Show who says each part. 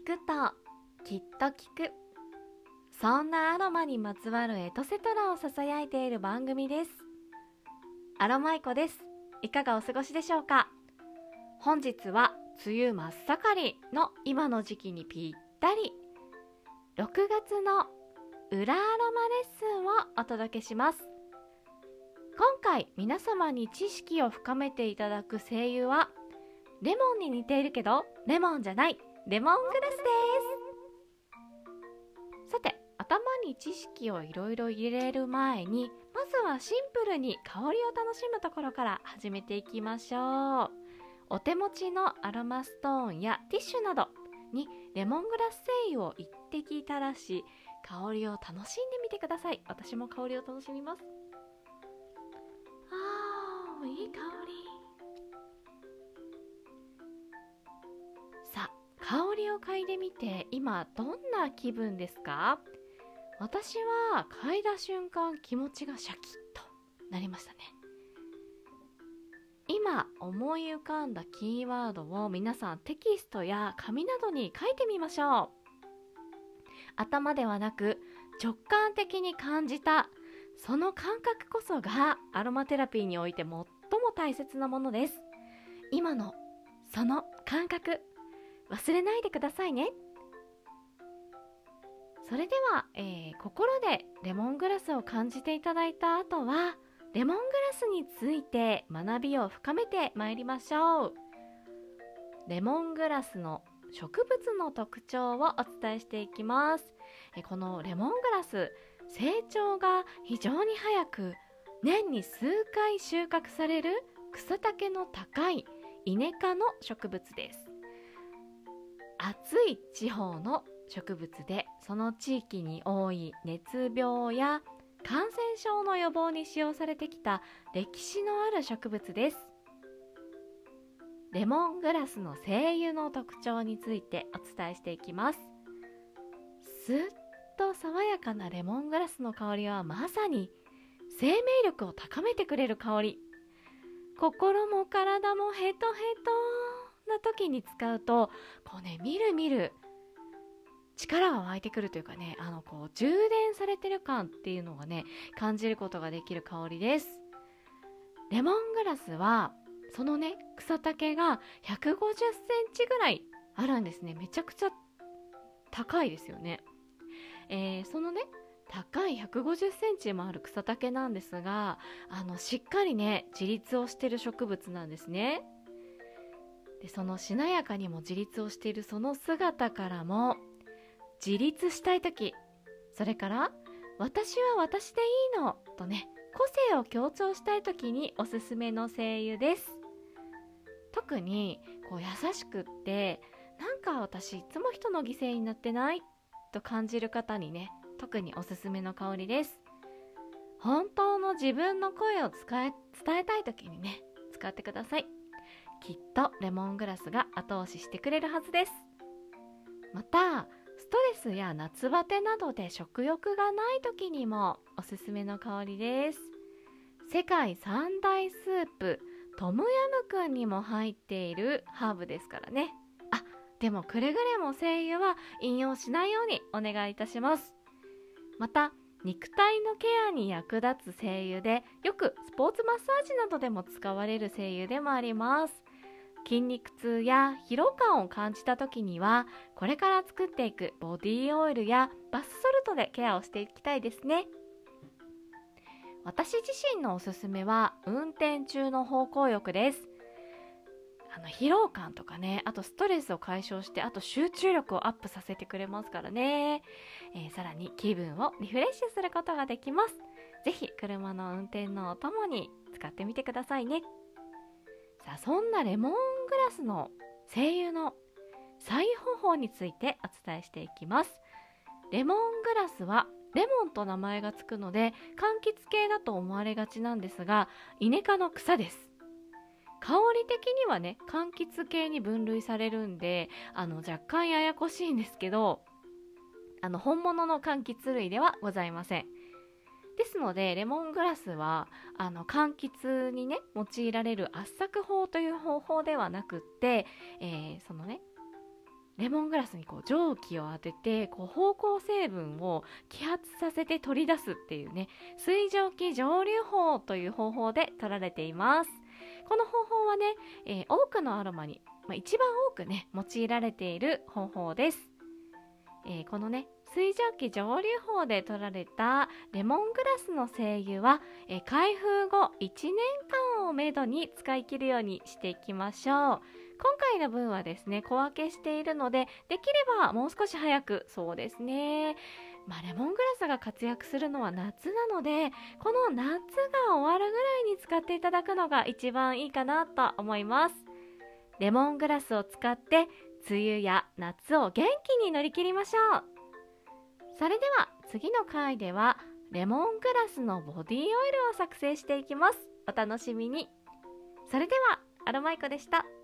Speaker 1: 聞くときっと聞く、そんなアロマにまつわるエトセトラをささやいている番組です。アロマイコです。いかがお過ごしでしょうか。本日は梅雨真っ盛りの今の時期にぴったり6月の裏アロマレッスンをお届けします。今回皆様に知識を深めていただく精油はレモンに似ているけどレモンじゃないレモングラスです。さて、頭に知識をいろいろ入れる前にまずはシンプルに香りを楽しむところから始めていきましょう。お手持ちのアロマストーンやティッシュなどにレモングラス精油を一滴垂らし、香りを楽しんでみてください。私も香りを楽しみます。いい香り。さあ、香りを嗅いでみて今どんな気分ですか？私は嗅いだ瞬間気持ちがシャキッとなりましたね。今思い浮かんだキーワードを皆さんテキストや紙などに書いてみましょう。頭ではなく直感的に感じたその感覚こそがアロマテラピーにおいて最も大切なものです。今のその感覚忘れないでくださいね。それでは、心でレモングラスを感じていただいた後はレモングラスについて学びを深めてまいりましょう。レモングラスの植物の特徴をお伝えしていきます。このレモングラス、成長が非常に早く年に数回収穫される草丈の高いイネ科の植物です。暑い地方の植物でその地域に多い熱病や感染症の予防に使用されてきた歴史のある植物です。レモングラスの精油の特徴についてお伝えしていきます。すっと爽やかなレモングラスの香りはまさに生命力を高めてくれる香り。心も体もヘトヘトな時に使うとみるみる力が湧いてくるというかね、充電されてる感っていうのがね感じることができる香りです。レモングラスはそのね草丈が150センチぐらいあるんですね。めちゃくちゃ高いですよね。そのね高い150センチもある草丈なんですが、しっかりね自立をしている植物なんですね。でそのしなやかにも自立をしているその姿からも、自立したいとき、それから私は私でいいのとね個性を強調したいときにおすすめの精油です。特に優しくってなんか私いつも人の犠牲になってないと感じる方にね特におすすめの香りです。本当の自分の声を伝えたいときにね使ってください。きっとレモングラスが後押ししてくれるはずです。またストレスや夏バテなどで食欲がない時にもおすすめの香りです。世界三大スープトムヤムクンにも入っているハーブですからね。でもくれぐれも精油は引用しないようにお願いいたします。また肉体のケアに役立つ精油でよくスポーツマッサージなどでも使われる精油でもあります。筋肉痛や疲労感を感じた時にはこれから作っていくボディーオイルやバスソルトでケアをしていきたいですね。私自身のおすすめは運転中の方向浴です。疲労感とかね、あとストレスを解消して、あと集中力をアップさせてくれますからね。さらに気分をリフレッシュすることができます。ぜひ車の運転のお供に使ってみてくださいね。さあ、そんなレモングラスの精油の採方法についてお伝えしていきます。レモングラスはレモンと名前がつくので柑橘系だと思われがちなんですが、イネ科の草です。香り的にはね柑橘系に分類されるんで若干ややこしいんですけど、本物の柑橘類ではございません。ですのでレモングラスは柑橘にね用いられる圧搾法という方法ではなくって、そのねレモングラスに蒸気を当てて芳香成分を揮発させて取り出すっていうね、水蒸気蒸留法という方法で取られています。この方法はね、多くのアロマに、一番多くね用いられている方法です。このね水蒸気蒸留法で取られたレモングラスの精油は、開封後1年間をめどに使い切るようにしていきましょう。今回の分はですね小分けしているので、できればもう少し早く、そうですね、レモングラスが活躍するのは夏なので、この夏が終わるぐらいに使っていただくのが一番いいかなと思います。レモングラスを使って梅雨や夏を元気に乗り切りましょう。それでは次の回ではレモングラスのボディオイルを作成していきます。お楽しみに。それではアロマイコでした。